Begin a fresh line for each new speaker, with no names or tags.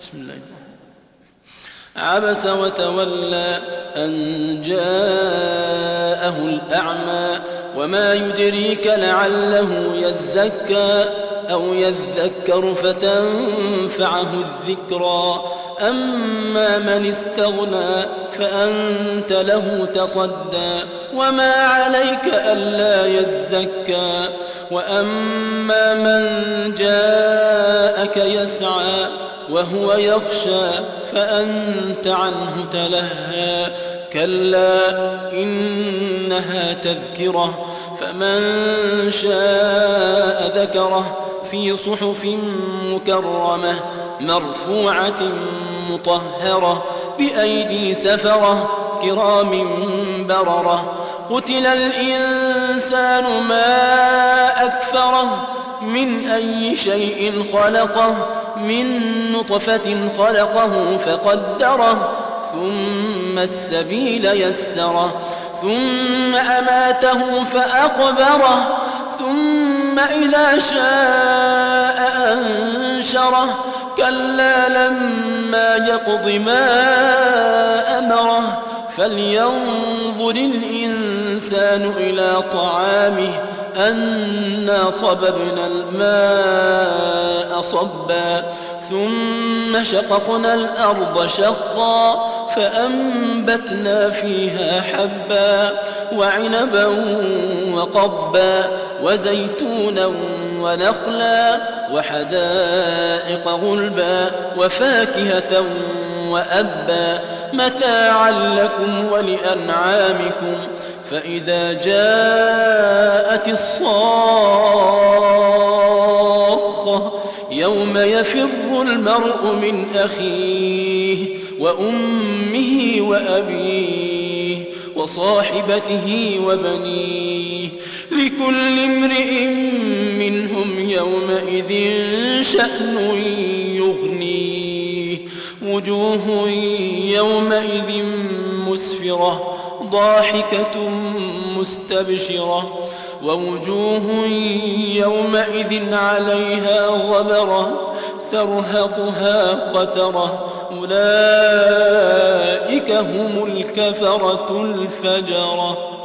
بسم الله الرحمن الرحيم. عبس وتولى أن جاءه الأعمى وما يدريك لعله يزكى أو يذكر فتنفعه الذكرى أما من استغنى فأنت له تصدى وما عليك ألا يزكى وأما من جاءك يسعى وهو يخشى فأنت عنه تلهى كلا إنها تذكرة فمن شاء ذكره في صحف مكرمة مرفوعة مطهرة بأيدي سفرة كرام بررة قتل الإنسان ما أكفره من أي شيء خلقه من نطفة خلقه فقدره ثم السبيل يسره ثم أماته فأقبره ثم إذا شاء أنشره كلا لما يقض ما أمره فلينظر الإنسان إلى طعامه أنا صببنا الماء صبا ثم شققنا الأرض شقا فأنبتنا فيها حبا وعنبا وقضبا وزيتونا ونخلا وحدائق غلبا وفاكهة وأبا متاعا لكم ولأنعامكم فإذا جاءت الصاخة يوم يفر المرء من أخيه وأمه وأبيه وصاحبته وبنيه لكل امرئ منهم يومئذ شأن يغنيه وجوه يومئذ مسفرة ضاحكة مستبشرة ووجوه يومئذ عليها غبرة ترهقها قترة أولئك هم الكفرة الفجرة.